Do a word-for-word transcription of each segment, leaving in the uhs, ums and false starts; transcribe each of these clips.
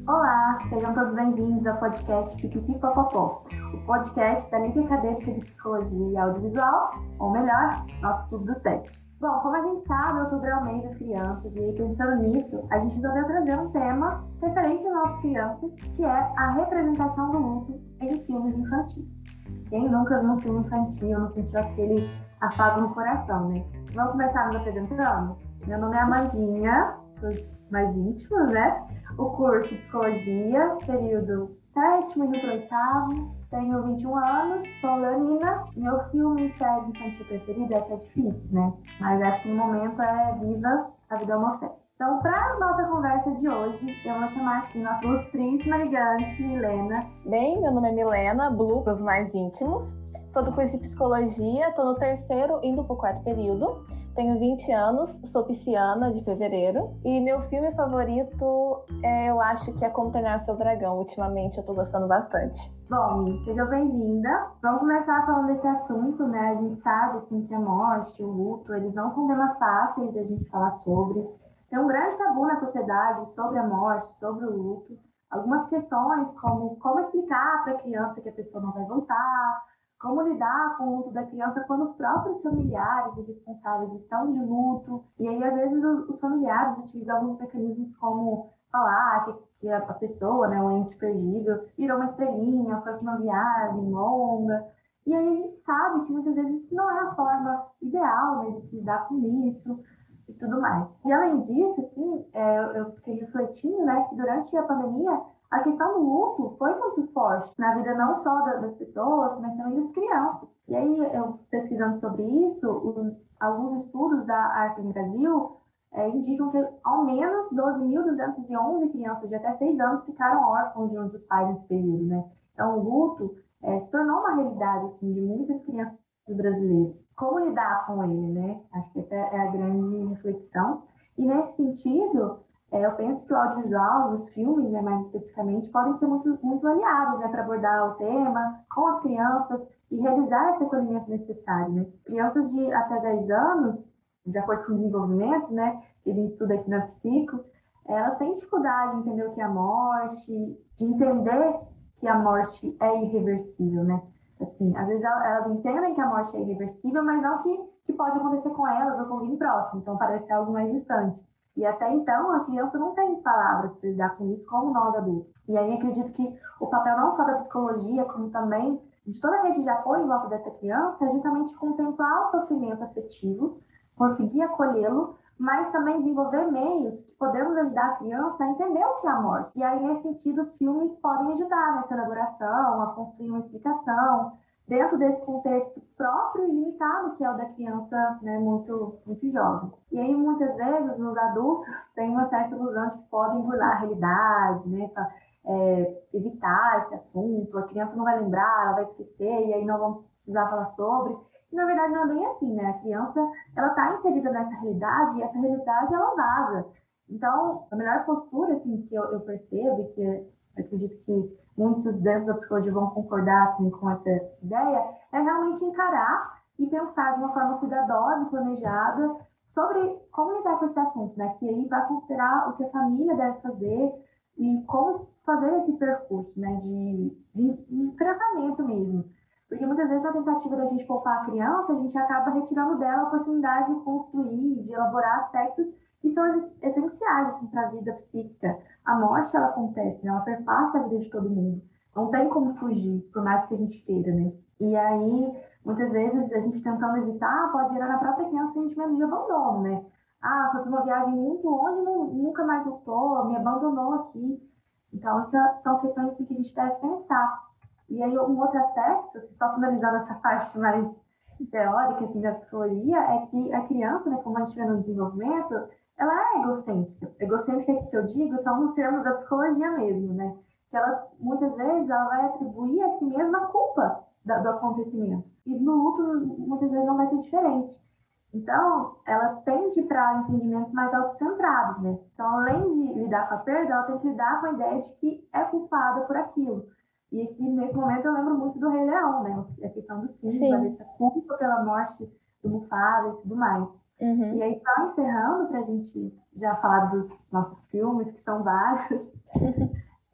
Olá, sejam todos bem-vindos ao podcast Pipipipopopó, o podcast da Liga Acadêmica de Psicologia e Audiovisual, ou melhor, nosso Clube do Sete. Bom, como a gente sabe, outubro é o mês das crianças, e aí pensando nisso, a gente resolveu trazer um tema referente às nossas crianças, que é a representação do luto em filmes infantis. Quem nunca viu um filme infantil não sentiu aquele afago no coração, né? Vamos começar nos apresentando? Meu nome é Amandinha, os mais íntimos, né? O curso Psicologia, período sétimo e no oitavo. Tenho vinte e um anos, sou leonina. Meu filme e série infantil preferida é difícil, né? Mas acho que no momento é Viva, a Vida é uma Festa. Então, para a nossa conversa de hoje, eu vou chamar aqui nossa ilustríssima ligante, Milena. Bem, meu nome é Milena, Blue para os mais íntimos. Sou do curso de Psicologia, estou no terceiro, indo para o quarto período. Tenho vinte anos, sou pisciana de fevereiro. E meu filme favorito, é, eu acho que é Como Treinar Seu Dragão. Ultimamente eu tô gostando bastante. Bom, seja bem-vinda. Vamos começar falando desse assunto, né? A gente sabe, assim, que a morte, o luto, eles não são temas fáceis da gente falar sobre. Tem um grande tabu na sociedade sobre a morte, sobre o luto. Algumas questões como como explicar para a criança que a pessoa não vai voltar, como lidar com o luto da criança quando os próprios familiares e responsáveis estão de luto. E aí, às vezes, os familiares utilizam alguns mecanismos como falar que, que a pessoa, né, o ente perdido, virou uma estrelinha, foi para uma viagem longa. E aí a gente sabe que muitas vezes isso não é a forma ideal, né, de se lidar com isso e tudo mais. E além disso, assim, é, eu fiquei refletindo, né, que durante a pandemia a questão do luto foi muito forte na vida não só das pessoas, mas também das crianças. E aí, eu pesquisando sobre isso, os, alguns estudos da Artem Brasil é, indicam que ao menos doze mil duzentas e onze crianças de até seis anos ficaram órfãos de um dos pais nesse período, né? Então, o luto é, se tornou uma realidade, assim, de muitas crianças brasileiras. Como lidar com ele, né? Acho que essa é a grande reflexão. E nesse sentido, É, eu penso que o audiovisual, os filmes, né, mais especificamente, podem ser muito, muito aliados, né, para abordar o tema com as crianças e realizar esse acolhimento necessário. Né? Crianças de até dez anos, de acordo com o desenvolvimento, né, que a gente estuda aqui na Psico, elas têm dificuldade de entender o que é a morte, de entender que a morte é irreversível, né? Assim, às vezes elas entendem que a morte é irreversível, mas não que, que pode acontecer com elas ou com alguém próximo, então parece algo mais distante. E até então, a criança não tem palavras para lidar com isso, como nós adultos. E aí, acredito que o papel não só da psicologia, como também de toda a rede de apoio em volta dessa criança, é justamente contemplar o sofrimento afetivo, conseguir acolhê-lo, mas também desenvolver meios que podemos ajudar a criança a entender o que é a morte. E aí, nesse sentido, os filmes podem ajudar nessa elaboração, a construir uma explicação, dentro desse contexto próprio e limitado que é o da criança, né, muito, muito jovem. E aí, muitas vezes, nos adultos, tem uma certa ilusão de que podem burlar a realidade, né, para é, evitar esse assunto, a criança não vai lembrar, ela vai esquecer, e aí não vamos precisar falar sobre. E, na verdade, não é bem assim, né? A criança, ela está inserida nessa realidade, e essa realidade, ela vaza. Então, a melhor postura, assim, que eu, eu percebo, e que eu acredito que muitos dentro da psicologia vão concordar assim, com essa ideia, é realmente encarar e pensar de uma forma cuidadosa e planejada sobre como lidar com esse assunto, né? Que aí vai considerar o que a família deve fazer e como fazer esse percurso, né? De, de, de tratamento mesmo. Porque muitas vezes na tentativa da gente poupar a criança, a gente acaba retirando dela a oportunidade de construir, de elaborar aspectos que são essenciais assim, para a vida psíquica. A morte, ela acontece, né? Ela perpassa a vida de todo mundo. Não tem como fugir, por mais que a gente queira, né? E aí, muitas vezes, a gente tentando evitar, pode gerar na própria criança um sentimento de abandono, né? Ah, foi para uma viagem muito longe e nunca mais voltou, me abandonou aqui. Então, essas são questões assim, que a gente deve pensar. E aí, um outro aspecto, assim, só finalizando essa parte mais teórica assim, da psicologia, é que a criança, né, como a gente vê no desenvolvimento, ela é egocêntrica. Egocêntrica que eu digo são os termos da psicologia mesmo, né? Que ela, muitas vezes, ela vai atribuir a si mesma a culpa da, do acontecimento. E no luto, muitas vezes, não vai ser diferente. Então, ela tende para entendimentos mais autocentrados, né? Então, além de lidar com a perda, ela tem que lidar com a ideia de que é culpada por aquilo. E aqui, nesse momento, eu lembro muito do Rei Leão, né? A questão do Simba, dessa culpa pela morte do Mufasa e tudo mais. Uhum. E aí, só encerrando, para a gente já falar dos nossos filmes, que são vários,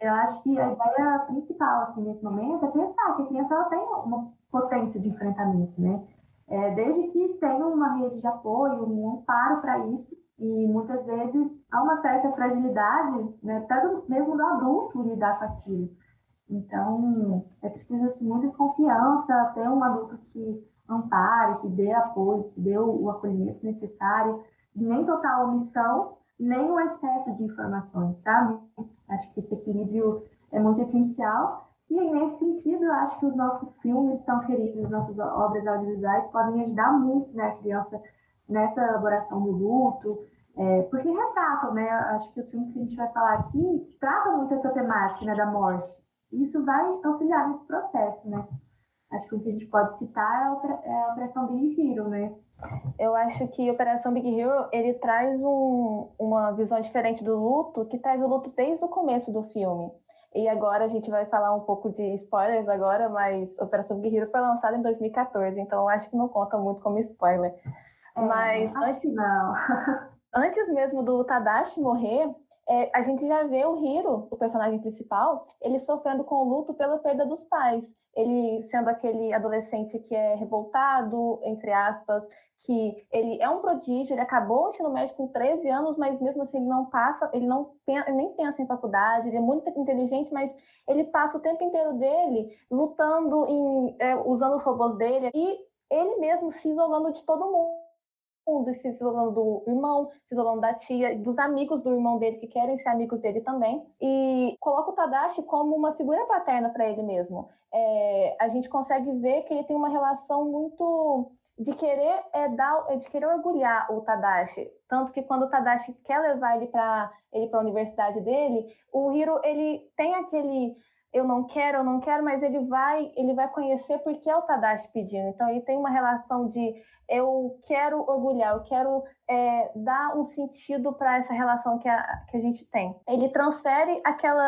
Eu acho que a ideia principal, assim, nesse momento é pensar que a criança ela tem uma potência de enfrentamento, né? É, desde que tenha uma rede de apoio, um amparo para isso, e muitas vezes há uma certa fragilidade, né, até do, mesmo do adulto lidar com aquilo. Então, é preciso assim, muita confiança, ter um adulto que ampare, que dê apoio, que dê o, o acolhimento necessário, de nem total omissão, nem o excesso de informações, sabe? Acho que esse equilíbrio é muito essencial. E nesse sentido, eu acho que os nossos filmes tão queridos, as nossas obras audiovisuais podem ajudar muito, né, a criança nessa elaboração do luto, é, porque retratam, né? Acho que os filmes que a gente vai falar aqui tratam muito essa temática, né, da morte. Isso vai auxiliar nesse processo, né? Acho que o que a gente pode citar é a Operação Big Hero, né? Eu acho que Operação Big Hero, ele traz um, uma visão diferente do luto, que traz o luto desde o começo do filme. E agora a gente vai falar um pouco de spoilers agora, mas Operação Big Hero foi lançada em dois mil e quatorze, então eu acho que não conta muito como spoiler. É, mas acho antes, que não. antes mesmo do Tadashi morrer, é, a gente já vê o Hiro, o personagem principal, ele sofrendo com o luto pela perda dos pais. Ele sendo aquele adolescente que é revoltado, entre aspas, que ele é um prodígio, ele acabou o ensino médio com treze anos, mas mesmo assim ele não passa, ele não ele nem pensa em faculdade, ele é muito inteligente, mas ele passa o tempo inteiro dele lutando, em, é, usando os robôs dele, e ele mesmo se isolando de todo mundo. Se isolando do irmão, se isolando da tia, dos amigos do irmão dele que querem ser amigos dele também, e coloca o Tadashi como uma figura paterna para ele mesmo. É, a gente consegue ver que ele tem uma relação muito de querer é, dar, de querer orgulhar o Tadashi, tanto que quando o Tadashi quer levar ele para ele para a universidade dele, o Hiro ele tem aquele eu não quero, eu não quero, mas ele vai, ele vai conhecer porque é o Tadashi pedindo. Então ele tem uma relação de eu quero orgulhar, eu quero é, dar um sentido para essa relação que a, que a gente tem. Ele transfere aquela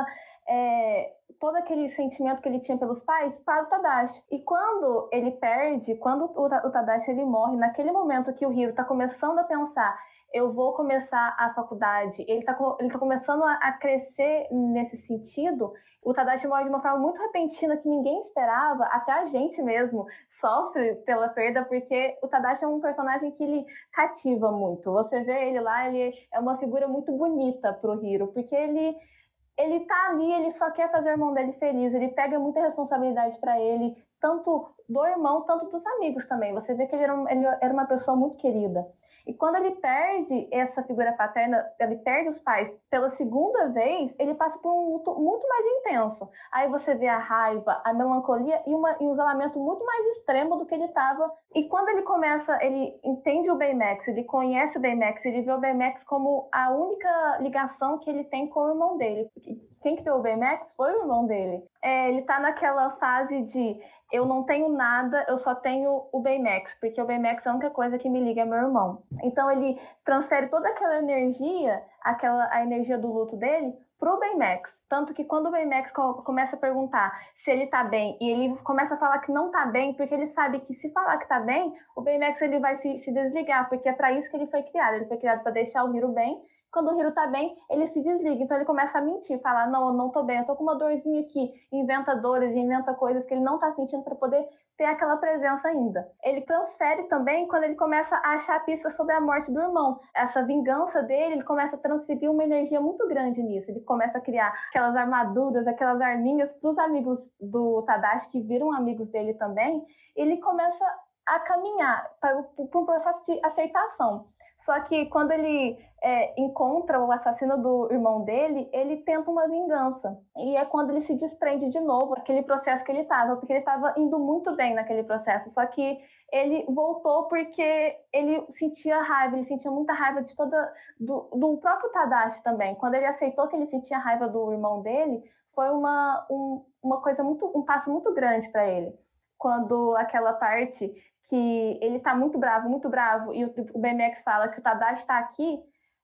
é, todo aquele sentimento que ele tinha pelos pais para o Tadashi. E quando ele perde, quando o, o Tadashi ele morre, naquele momento que o Hiro está começando a pensar eu vou começar a faculdade, ele está ele tá começando a, a crescer nesse sentido, o Tadashi morre de uma forma muito repentina que ninguém esperava, até a gente mesmo sofre pela perda, porque o Tadashi é um personagem que ele cativa muito. Você vê ele lá, ele é uma figura muito bonita pro Hiro, porque ele ele tá ali, ele só quer fazer o irmão dele feliz, ele pega muita responsabilidade para ele, tanto do irmão, tanto dos amigos também. Você vê que ele era, um, ele era uma pessoa muito querida. E quando ele perde essa figura paterna, ele perde os pais pela segunda vez, ele passa por um luto muito mais intenso. Aí você vê a raiva, a melancolia e, uma, e um isolamento muito mais extremo do que ele estava. E quando ele começa, ele entende o Baymax, ele conhece o Baymax, ele vê o Baymax como a única ligação que ele tem com o irmão dele. Quem criou o Baymax foi o irmão dele. É, ele tá naquela fase de eu não tenho nada, eu só tenho o Baymax, porque o Baymax é a única coisa que me liga é meu irmão. Então ele transfere toda aquela energia, aquela, a energia do luto dele, pro Baymax. Tanto que quando o Baymax começa a perguntar se ele tá bem, e ele começa a falar que não tá bem, porque ele sabe que se falar que tá bem, o Baymax ele vai se, se desligar, porque é para isso que ele foi criado. Ele foi criado para deixar o Hiro bem. Quando o Hiro tá bem, ele se desliga. Então ele começa a mentir, falar, não, eu não tô bem, eu tô com uma dorzinha aqui. Inventa dores, inventa coisas que ele não tá sentindo para poder ter aquela presença ainda. Ele transfere também quando ele começa a achar pistas sobre a morte do irmão. Essa vingança dele, ele começa a transferir uma energia muito grande nisso. Ele começa a criar aquelas armaduras, aquelas arminhas pros amigos do Tadashi, que viram amigos dele também. Ele começa a caminhar para um processo de aceitação. Só que quando ele é, encontra o assassino do irmão dele, ele tenta uma vingança. E é quando ele se desprende de novo daquele processo que ele estava, porque ele estava indo muito bem naquele processo. Só que ele voltou porque ele sentia raiva, ele sentia muita raiva de toda do, do próprio Tadashi também. Quando ele aceitou que ele sentia raiva do irmão dele, foi uma, um, uma coisa muito, um passo muito grande para ele. Quando aquela parte que ele tá muito bravo, muito bravo, e o, o B M X fala que o Tadashi tá aqui,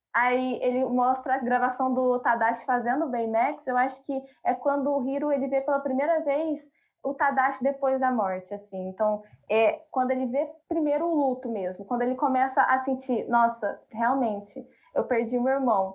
aí ele mostra a gravação do Tadashi fazendo o Baymax. Eu acho que é quando o Hiro ele vê pela primeira vez o Tadashi depois da morte, assim. Então, é quando ele vê primeiro o luto mesmo, quando ele começa a sentir, nossa, realmente, eu perdi meu irmão.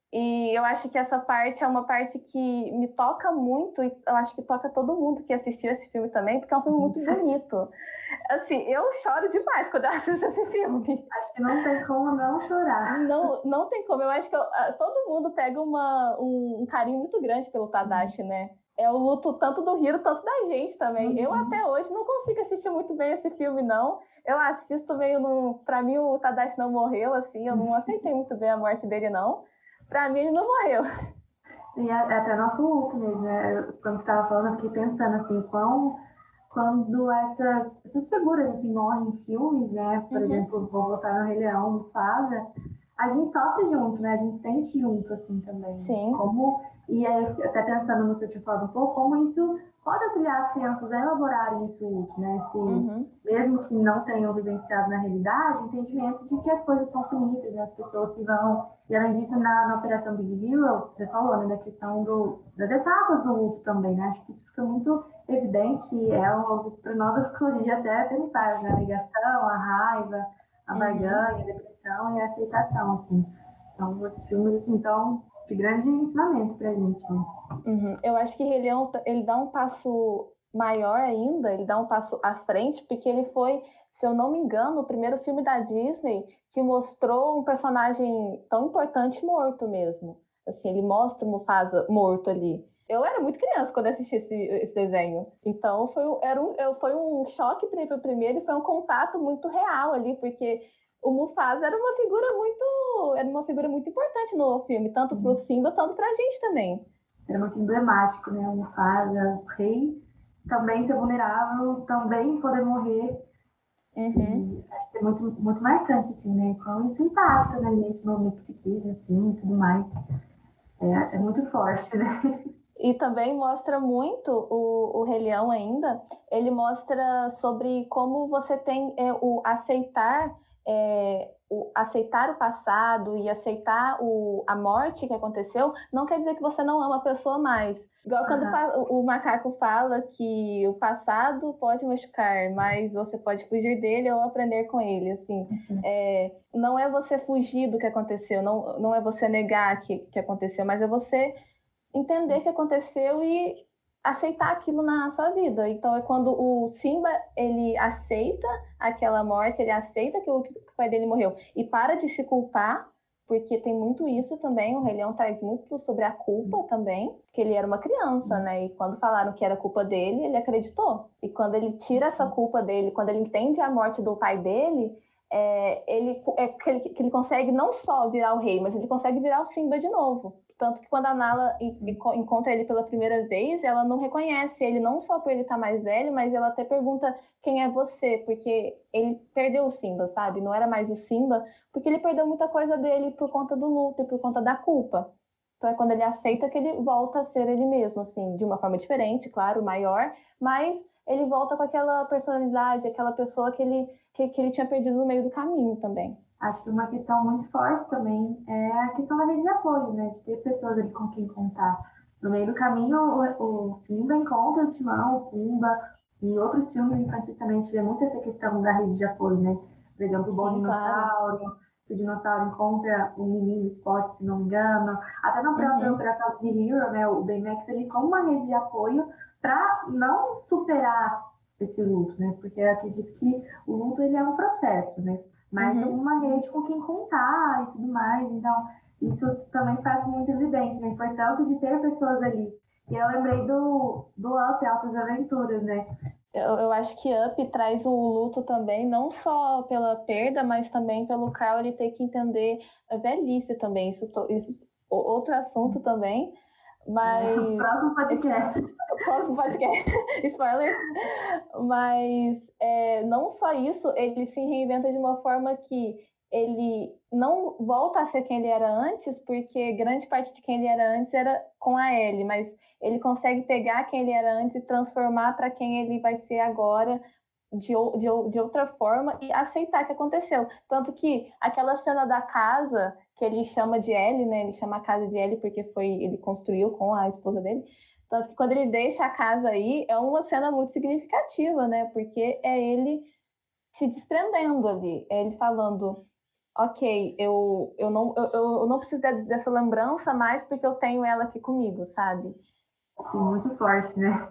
E eu acho que essa parte é uma parte que me toca muito, e eu acho que toca todo mundo que assistiu esse filme também, porque é um filme muito bonito. Assim, eu choro demais quando eu assisto esse filme. Acho que não tem como não chorar. Não, não tem como. Eu acho que eu, todo mundo pega uma, um, um carinho muito grande pelo Tadashi, né? É o luto tanto do Hiro, tanto da gente também. Uhum. Eu até hoje não consigo assistir muito bem esse filme, não. Eu assisto meio no... Pra mim, o Tadashi não morreu, assim. Eu não aceitei muito bem a morte dele, não. Pra mim, ele não morreu. E é até nosso luto mesmo, né? Quando você estava falando, eu fiquei pensando, assim, quão... Quando essas, essas figuras, assim, morrem em filmes, né? Por uhum. exemplo, vou voltar no Rei Leão, Mufasa, a gente sofre junto, né? A gente sente junto, assim, também. Sim. Como... E aí, até pensando no que eu te falado um pouco, como isso pode auxiliar as crianças a elaborarem isso, né? Se, uhum. Mesmo que não tenham vivenciado na realidade, o entendimento de que as coisas são finitas, né? As pessoas se vão... E além disso, na, na Operação Big Hero, você falou, né? Da questão do, das etapas do luto também, né? Acho que isso fica muito evidente, é para nós a psicologia até pensar, né? A negação, a raiva, a uhum. barganha, a depressão e a aceitação, assim. Então, os filmes, assim, são de grande ensinamento pra gente, né? Uhum. Eu acho que Rei Leão, ele dá um passo maior ainda, ele dá um passo à frente, porque ele foi, se eu não me engano, o primeiro filme da Disney que mostrou um personagem tão importante morto mesmo. Assim, ele mostra o Mufasa morto ali. Eu era muito criança quando assisti esse, esse desenho. Então, foi, era um, foi um choque para o primeiro e foi um contato muito real ali, porque o Mufasa era uma figura muito, era uma figura muito importante no filme, tanto para o Simba, tanto para a gente também. Era muito emblemático, né? O Mufasa, o rei, também ser vulnerável, também poder morrer. Uhum. E acho que é muito, muito marcante, assim, né? Como isso impacta na gente, no, no psiquismo, assim, e tudo mais. É, é muito forte, né? E também mostra muito o, o Rei Leão ainda, ele mostra sobre como você tem é, o aceitar, é, o aceitar o passado e aceitar o, a morte que aconteceu, não quer dizer que você não ama a pessoa mais. Igual quando uhum. o, o macaco fala que o passado pode machucar, mas você pode fugir dele ou aprender com ele, assim. Uhum. É, não é você fugir do que aconteceu, não, não é você negar que, que aconteceu, mas é você entender o que aconteceu e aceitar aquilo na sua vida. Então é quando o Simba, ele aceita aquela morte, ele aceita que o, que o pai dele morreu e para de se culpar, porque tem muito isso também, o Rei Leão traz muito sobre a culpa também, porque ele era uma criança, né? E quando falaram que era culpa dele, ele acreditou. E quando ele tira essa culpa dele, quando ele entende a morte do pai dele, é, ele, é, que, ele, que ele consegue não só virar o rei, mas ele consegue virar o Simba de novo. Tanto que quando a Nala encontra ele pela primeira vez, ela não reconhece ele, não só por ele estar mais velho, mas ela até pergunta quem é você, porque ele perdeu o Simba, sabe? Não era mais o Simba, porque ele perdeu muita coisa dele por conta do luto e por conta da culpa. Então é quando ele aceita que ele volta a ser ele mesmo, assim, de uma forma diferente, claro, maior, mas ele volta com aquela personalidade, aquela pessoa que ele, que, que ele tinha perdido no meio do caminho também. Acho que uma questão muito forte também é a questão da rede de apoio, né? De ter pessoas ali com quem contar. No meio do caminho, o, o Simba encontra o Timão, o Pumba, e outros filmes infantis também a gente vê muito essa questão da rede de apoio, né? Por exemplo, o Bom Sim, Dinossauro, claro. O dinossauro encontra o menino Spot, se não me engano. Até na própria uhum. Operação Big Hero, né? O Baymax, ele com uma rede de apoio para não superar esse luto, né? Porque eu acredito que o luto, ele é um processo, né? Mas uhum. uma rede com quem contar e tudo mais. Então, isso também faz muito evidente, né? A importância de ter pessoas ali. E eu lembrei do, do Up, Altas Aventuras, né? Eu, eu acho que Up traz o luto também, não só pela perda, mas também pelo Carl ele ter que entender a velhice também. Isso, isso outro assunto também. Mas... É, próximo podcast. Próximo podcast. Spoilers. Mas é, não só isso, ele se reinventa de uma forma que ele não volta a ser quem ele era antes, porque grande parte de quem ele era antes era com a Ellie, mas ele consegue pegar quem ele era antes e transformar para quem ele vai ser agora de, de, de outra forma e aceitar que aconteceu. Tanto que aquela cena da casa, que ele chama de Ellie, né? Ele chama a casa de Ellie porque foi, ele construiu com a esposa dele. Tanto que quando ele deixa a casa aí, é uma cena muito significativa, né? Porque é ele se desprendendo ali. É ele falando, ok, eu, eu, não, eu, eu não preciso de, dessa lembrança mais porque eu tenho ela aqui comigo, sabe? Sim, muito forte, né?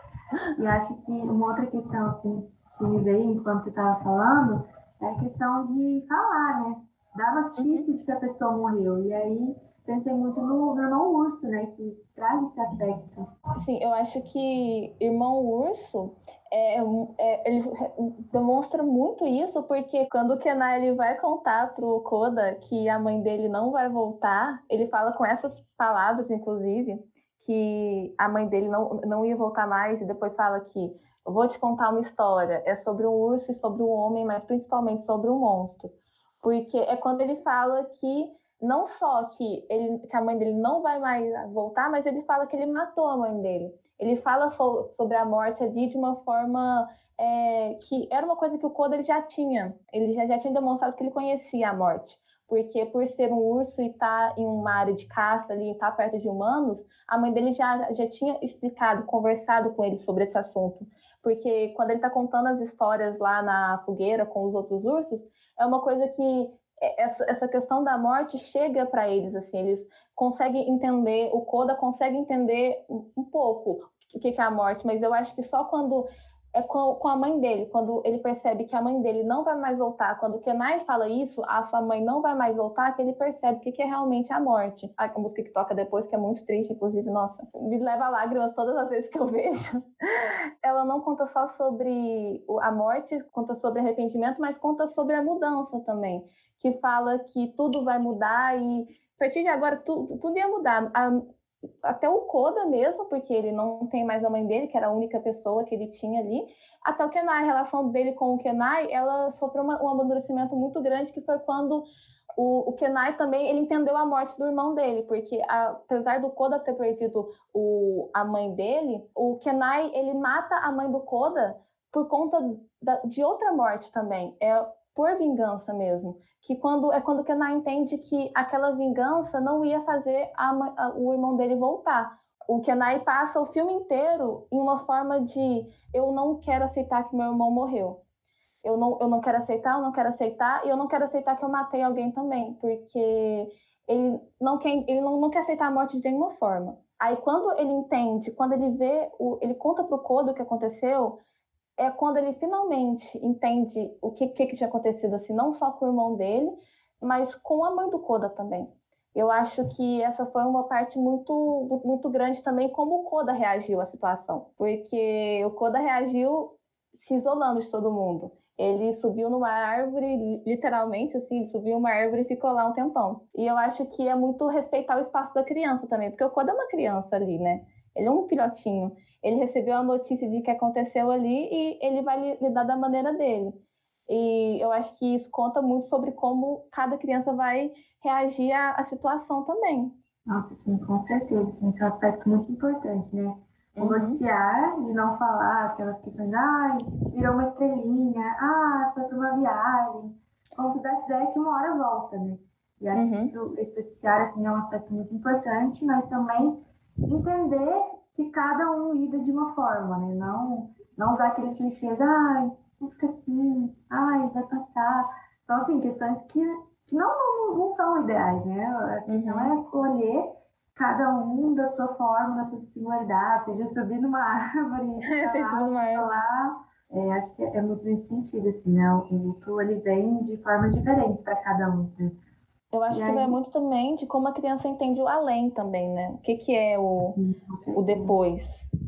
E acho que uma outra questão, assim, que me veio enquanto você estava falando, é a questão de falar, né? Dar notícia Uhum. de que a pessoa morreu. E aí, pensei muito no meu irmão Urso, né? Que traz esse aspecto. Sim, eu acho que Irmão Urso é, é, ele demonstra muito isso, porque quando o Kenai ele vai contar pro Koda que a mãe dele não vai voltar, ele fala com essas palavras, inclusive, que a mãe dele não, não ia voltar mais, e depois fala que eu vou te contar uma história, é sobre um urso e sobre um homem, mas principalmente sobre um monstro. Porque é quando ele fala que não só que, ele, que a mãe dele não vai mais voltar, mas ele fala que ele matou a mãe dele. Ele fala so, sobre a morte ali de uma forma é, que era uma coisa que o Koda ele já tinha. Ele já, já tinha demonstrado que ele conhecia a morte. Porque por ser um urso e estar tá em uma área de caça ali, estar tá perto de humanos, a mãe dele já, já tinha explicado, conversado com ele sobre esse assunto. Porque quando ele está contando as histórias lá na fogueira com os outros ursos, é uma coisa que essa, essa questão da morte chega para eles, assim, eles conseguem entender, o Koda consegue entender um pouco o que é a morte, mas eu acho que só quando é com, com a mãe dele, quando ele percebe que a mãe dele não vai mais voltar, quando o Kenai fala isso, a sua mãe não vai mais voltar, que ele percebe o que é realmente a morte. A música que toca depois, que é muito triste, inclusive, nossa, me leva a lágrimas todas as vezes que eu vejo. Ela não conta só sobre a morte, conta sobre arrependimento, mas conta sobre a mudança também, que fala que tudo vai mudar e a partir de agora tudo, tudo ia mudar. A, até o Koda mesmo, porque ele não tem mais a mãe dele, que era a única pessoa que ele tinha ali, até o Kenai, a relação dele com o Kenai, ela sofreu uma, um amadurecimento muito grande, que foi quando o, o Kenai também ele entendeu a morte do irmão dele, porque a, apesar do Koda ter perdido o, a mãe dele, o Kenai ele mata a mãe do Koda por conta da, de outra morte também. É por vingança mesmo, que quando é quando o Kenai entende que aquela vingança não ia fazer a, a, o irmão dele voltar. O Kenai passa o filme inteiro em uma forma de eu não quero aceitar que meu irmão morreu. Eu não, eu não quero aceitar, eu não quero aceitar, e eu não quero aceitar que eu matei alguém também, porque ele não quer, ele não, não quer aceitar a morte de nenhuma forma. Aí quando ele entende, quando ele vê, o, ele conta pro Koda o que aconteceu, é quando ele finalmente entende o que, que, que tinha acontecido, assim, não só com o irmão dele, mas com a mãe do Koda também. Eu acho que essa foi uma parte muito, muito grande também, como o Koda reagiu à situação. Porque o Koda reagiu se isolando de todo mundo. Ele subiu numa árvore, literalmente, assim, ele subiu uma árvore e ficou lá um tempão. E eu acho que é muito respeitar o espaço da criança também, porque o Koda é uma criança ali, né? Ele é um filhotinho. Ele recebeu a notícia de que aconteceu ali e ele vai lidar da maneira dele. E eu acho que isso conta muito sobre como cada criança vai reagir à, à situação também. Nossa, sim, com certeza. Sim, esse é um aspecto muito importante, né? O Uhum. noticiar, de não falar aquelas questões, ai, virou uma estrelinha, ah, foi para uma viagem, como se desse ideia que uma hora volta, né? E acho Uhum. que isso, esse noticiar, assim, é um aspecto muito importante, mas também entender que cada um lida de uma forma, né? Não, não usar aqueles clichês, ai, não fica assim, ai, vai passar. São, assim, questões que, que não, não, não são ideais, né? A questão Uhum. é colher cada um da sua forma, da sua singularidade, seja subir numa árvore, ficar lá. É, acho que é muito nesse sentido, assim, né? O luto, ele vem de formas diferentes para cada um, né? Eu acho E que vai aí, muito também de como a criança entende o além também, né? O que, que é o, sim, o depois?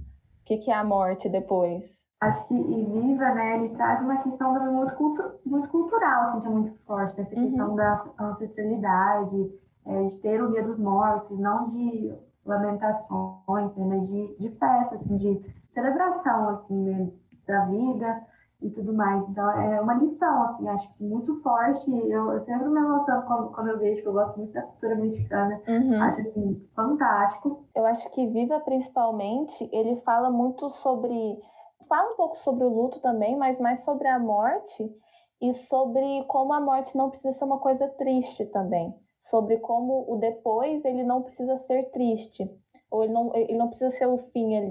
O que, que é a morte depois? Acho que e Viva, né, ele traz uma questão também muito, cultu muito cultural, assim, que é muito forte, essa questão Uhum. da ancestralidade, é, de ter o Dia dos Mortos, não de lamentações, né, mas de, de festa, assim, de celebração, assim, né, da vida e tudo mais. Então, é uma lição, assim, acho que muito forte. Eu, eu sempre me emociono quando, quando eu vejo, que eu gosto muito da cultura mexicana. Uhum. Acho, assim, fantástico. Eu acho que Viva, principalmente, ele fala muito sobre... Fala um pouco sobre o luto também, mas mais sobre a morte e sobre como a morte não precisa ser uma coisa triste também. Sobre como o depois, ele não precisa ser triste. Ou ele não, ele não precisa ser o fim ali.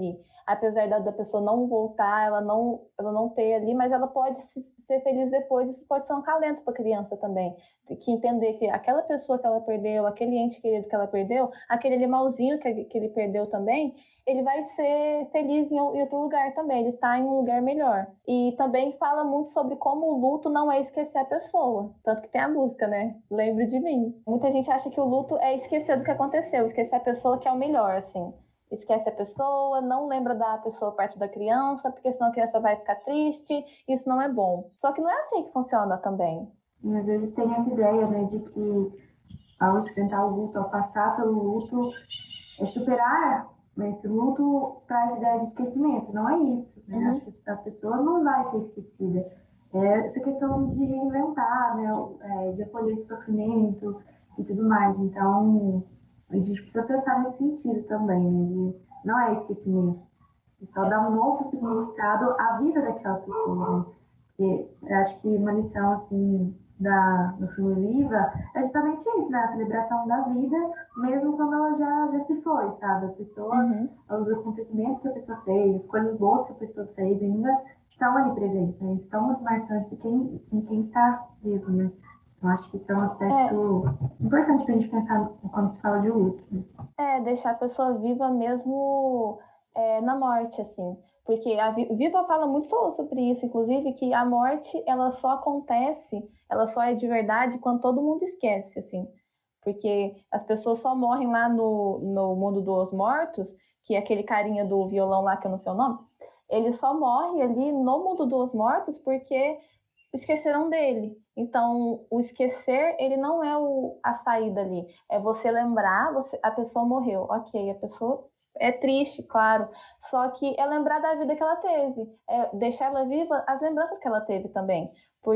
apesar da, da pessoa não voltar, ela não, ela não ter ali, mas ela pode se, ser feliz depois. Isso pode ser um acalento para a criança também, que entender que aquela pessoa que ela perdeu, aquele ente querido que ela perdeu, aquele animalzinho que, que ele perdeu também, ele vai ser feliz em outro lugar também, ele está em um lugar melhor. E também fala muito sobre como o luto não é esquecer a pessoa, tanto que tem a música, né? Lembre de mim. Muita gente acha que o luto é esquecer do que aconteceu, esquecer a pessoa que é o melhor, assim. Esquece a pessoa, não lembra da pessoa perto da criança, porque senão a criança vai ficar triste, isso não é bom. Só que não é assim que funciona também. E às vezes tem essa ideia, né, de que ao enfrentar o luto, ao passar pelo luto, é superar. Mas esse luto traz ideia de esquecimento, não é isso, né? Uhum. Acho que a pessoa não vai ser esquecida. É essa questão de reinventar, né? É, de acolher esse sofrimento e tudo mais. Então, a gente precisa pensar nesse sentido também, né? De, não é esquecimento. É só dar um novo significado à vida daquela pessoa, né? Porque eu acho que uma lição, assim, da, do filme Viva é justamente isso, né? A celebração da vida, mesmo quando ela já, já se foi, sabe? A pessoa, uhum. os acontecimentos que a pessoa fez, as coisas boas que a pessoa fez ainda estão ali presentes, né? Estão muito marcantes em quem, em quem está vivo, né? Eu acho que isso é um aspecto é. importante pra gente pensar quando se fala de luto. Né? É, deixar a pessoa viva mesmo é, na morte, assim. Porque a Viva fala muito sobre isso, inclusive, que a morte, ela só acontece, ela só é de verdade quando todo mundo esquece, assim. Porque as pessoas só morrem lá no, no mundo dos mortos, que é aquele carinha do violão lá, que eu não sei o nome, ele só morre ali no mundo dos mortos porque esqueceram dele. Então, o esquecer, ele não é o, a saída ali. É você lembrar, você, a pessoa morreu. Ok, a pessoa... É triste, claro, só que é lembrar da vida que ela teve, é deixar ela viva as lembranças que ela teve também,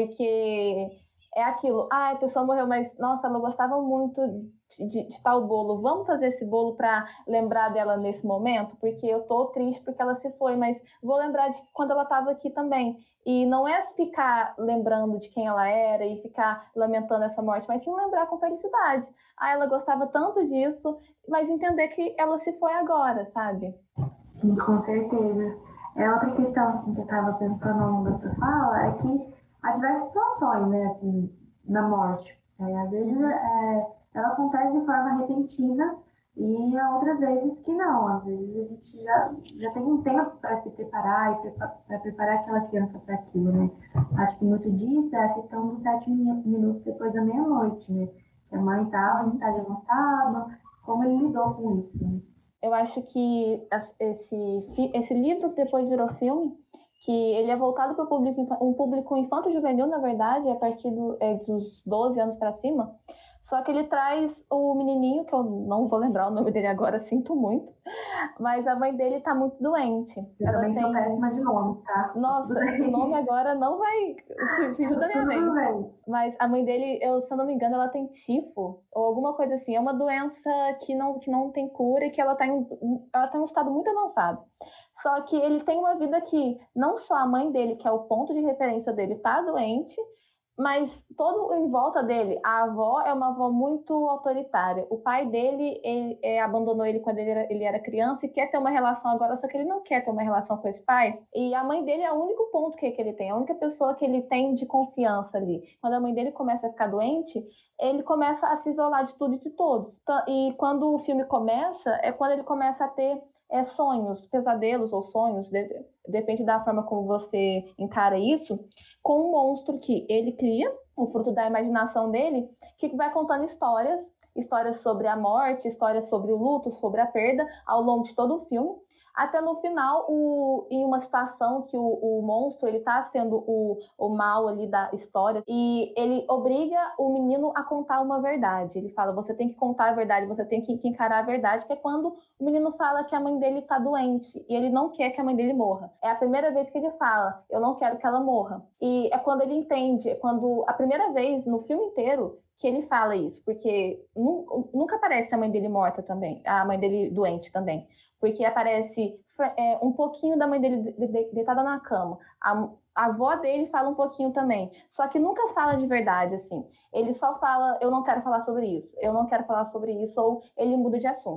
porque é aquilo, ah, a pessoa morreu, mas nossa, ela gostava muito de, de, de tal bolo, vamos fazer esse bolo para lembrar dela nesse momento, porque eu tô triste porque ela se foi, mas vou lembrar de quando ela estava aqui também. E não é ficar lembrando de quem ela era e ficar lamentando essa morte, mas sim lembrar com felicidade. Ah, ela gostava tanto disso, mas entender que ela se foi agora, sabe? Sim, com certeza. É outra questão assim, que eu estava pensando da sua fala, é que há diversas situações, né, assim, na morte. É, às vezes é, ela acontece de forma repentina e há outras vezes que não. Às vezes a gente já, já tem um tempo para se preparar e para preparar aquela criança para aquilo, né? Acho que muito disso é a questão dos sete minutos depois da meia-noite, né? Que a mãe estava em estágio avançado, como ele lidou com isso, né? Eu acho que esse, esse livro que depois virou filme, que ele é voltado para público, um público infanto-juvenil, na verdade, a partir do, é, dos doze anos para cima. Só que ele traz o menininho, que eu não vou lembrar o nome dele agora, sinto muito, mas a mãe dele tá muito doente. Eu ela também tem... sou péssima de nomes, tá? Nossa, o nome agora não vai fugir da minha mente. Bem. Mas a mãe dele, eu, se eu não me engano, ela tem tifo, ou alguma coisa assim. É uma doença que não, que não tem cura e que ela tá em, ela tá em um estado muito avançado. Só que ele tem uma vida que não só a mãe dele, que é o ponto de referência dele, tá doente, mas todo em volta dele, a avó é uma avó muito autoritária. O pai dele, ele, é, abandonou ele quando ele era, ele era criança e quer ter uma relação agora, só que ele não quer ter uma relação com esse pai. E a mãe dele é o único ponto que, que ele tem, a única pessoa que ele tem de confiança ali. Quando a mãe dele começa a ficar doente, ele começa a se isolar de tudo e de todos. E quando o filme começa, é quando ele começa a ter é, sonhos, pesadelos ou sonhos, de, depende da forma como você encara isso, com um monstro que ele cria, o fruto da imaginação dele, que vai contando histórias, histórias sobre a morte, histórias sobre o luto, sobre a perda, ao longo de todo o filme, até no final, o, em uma situação que o, o monstro ele tá sendo o, o mal ali da história, e ele obriga o menino a contar uma verdade. Ele fala, você tem que contar a verdade, você tem que, que encarar a verdade, que é quando o menino fala que a mãe dele tá doente, e ele não quer que a mãe dele morra. É a primeira vez que ele fala, eu não quero que ela morra. E é quando ele entende, é quando a primeira vez no filme inteiro que ele fala isso, porque nunca aparece a mãe dele morta também, a mãe dele doente também, porque aparece é, um pouquinho da mãe dele deitada na cama, a, a avó dele fala um pouquinho também, só que nunca fala de verdade, assim, ele só fala, eu não quero falar sobre isso, eu não quero falar sobre isso, ou ele muda de assunto.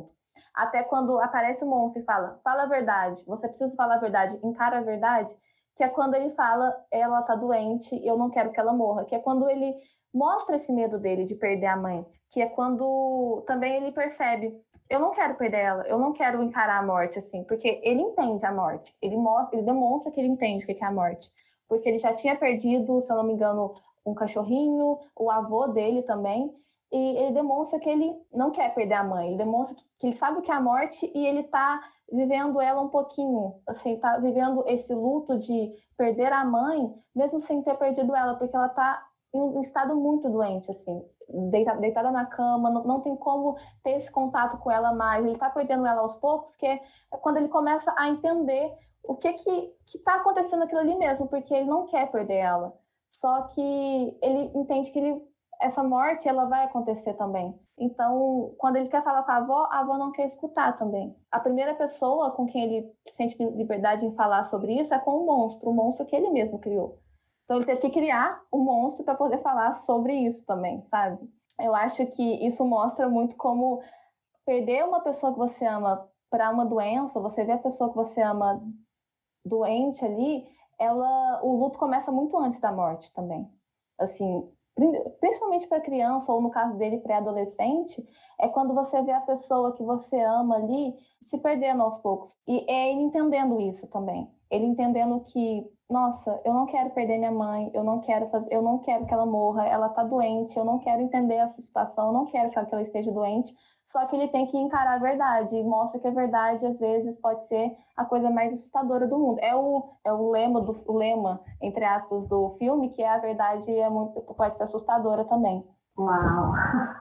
até quando aparece o monstro e fala, fala a verdade, você precisa falar a verdade, encara a verdade, que é quando ele fala, ela tá doente e eu não quero que ela morra, que é quando ele mostra esse medo dele de perder a mãe, que é quando também ele percebe, eu não quero perder ela, eu não quero encarar a morte, assim, porque ele entende a morte, ele mostra, ele demonstra que ele entende o que é a morte, porque ele já tinha perdido, se eu não me engano, um cachorrinho, o avô dele também, e ele demonstra que ele não quer perder a mãe, ele demonstra que ele sabe o que é a morte e ele tá vivendo ela um pouquinho, assim, tá vivendo esse luto de perder a mãe, mesmo sem ter perdido ela, porque ela tá em um estado muito doente, assim, deitada, deitada na cama, não, não tem como ter esse contato com ela mais, ele tá perdendo ela aos poucos, que é quando ele começa a entender o que que, que tá acontecendo aquilo ali mesmo, porque ele não quer perder ela, só que ele entende que ele, essa morte, ela vai acontecer também. Então, quando ele quer falar com a avó, a avó não quer escutar também. A primeira pessoa com quem ele sente liberdade em falar sobre isso é com o monstro, o monstro que ele mesmo criou. Então ele teve que criar um monstro para poder falar sobre isso também, sabe? Eu acho que isso mostra muito como perder uma pessoa que você ama para uma doença, você vê a pessoa que você ama doente ali, ela, o luto começa muito antes da morte também. Assim, principalmente para criança, ou no caso dele, pré-adolescente, é quando você vê a pessoa que você ama ali se perdendo aos poucos. E é ele entendendo isso também. Ele entendendo que, nossa, eu não quero perder minha mãe, eu não quero fazer, eu não quero que ela morra, ela tá doente, eu não quero entender essa situação, eu não quero que ela esteja doente. Só que ele tem que encarar a verdade, e mostra que a verdade, às vezes, pode ser a coisa mais assustadora do mundo. É o, é o, lema, do, o lema, entre aspas, do filme, que é a verdade é muito, pode ser assustadora também. Uau!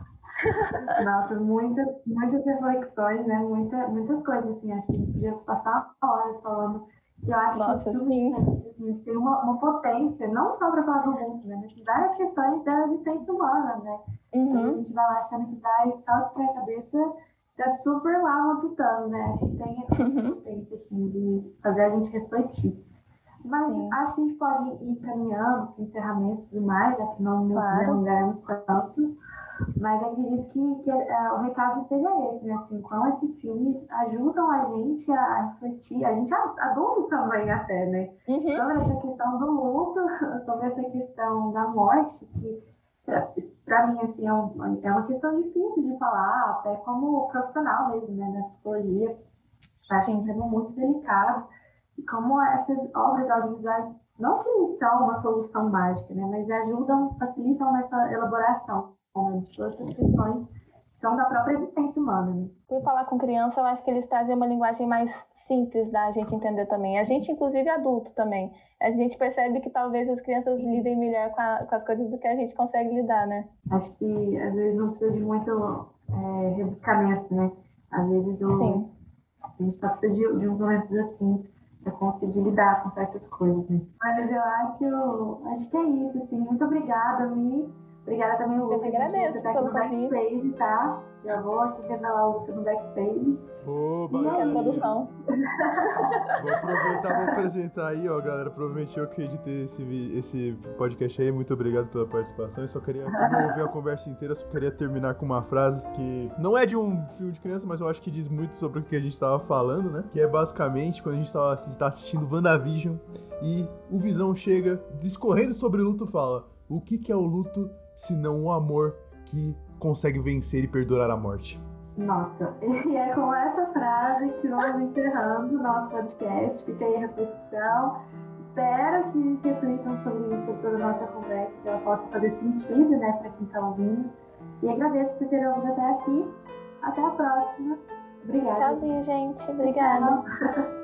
Nossa, muitas, muitas reflexões, né? Muita, muitas coisas, assim, acho que a gente podia passar horas falando, que eu acho Nossa, que o filme assim, tem uma, uma potência, não só para falar do mundo, né? Mas várias questões da existência humana, né? Uhum. Então, a gente vai lá achando que dá salto para a cabeça, tá super lá matutando, né? Acho que tem essa Uhum. potência, assim, de fazer a gente refletir. Mas Sim. acho que a gente pode ir caminhando para encerramentos e tudo mais, já que não nos Claro. delongaremos tanto. Mas acredito que, que uh, o recado seja esse, né? Assim, como esses filmes ajudam a gente a refletir, a gente adultos também até, né? Uhum. Sobre essa questão do luto, sobre essa questão da morte, que para mim, assim, é, um, é uma questão difícil de falar, até como profissional mesmo, né? Na psicologia. Acho um tema muito delicado. E como essas obras audiovisuais, não que são uma solução mágica, né? Mas ajudam, facilitam nessa elaboração de todas essas questões que são da própria existência humana. Né? Por falar com criança, eu acho que eles trazem uma linguagem mais simples da gente entender também. A gente, inclusive, adulto também. A gente percebe que talvez as crianças Sim. lidem melhor com, a, com as coisas do que a gente consegue lidar, né? Acho que, às vezes, não precisa de muito é, rebuscamento, né? Às vezes, o, a gente só precisa de, de uns momentos assim para conseguir lidar com certas coisas, né? Mas eu acho, acho que é isso, assim. Muito obrigada, Mi. Obrigada também, Lucas. Eu que agradeço você tá aqui no backstage, tá? Já vou aqui revelar o Lucas no backstage. Oba, e é a produção. Vou aproveitar, vou apresentar aí, ó, galera. Provavelmente eu que editei esse, esse podcast aí. Muito obrigado pela participação. Eu só queria, como ouvir a conversa inteira, só queria terminar com uma frase que não é de um filme de criança, mas eu acho que diz muito sobre o que a gente tava falando, né? Que é basicamente quando a gente tava, tá assistindo WandaVision e o Visão chega, discorrendo sobre o luto, fala: o que que é o luto se não o amor que consegue vencer e perdurar a morte? Nossa, e é com essa frase que vamos encerrando o nosso podcast. Fica aí a reflexão. Espero que reflitam sobre isso, sobre toda a nossa conversa, que ela possa fazer sentido, né, para quem está ouvindo. E agradeço por terem ouvido até aqui. Até a próxima. Obrigada. Tchauzinho, gente. Obrigada. Tchau.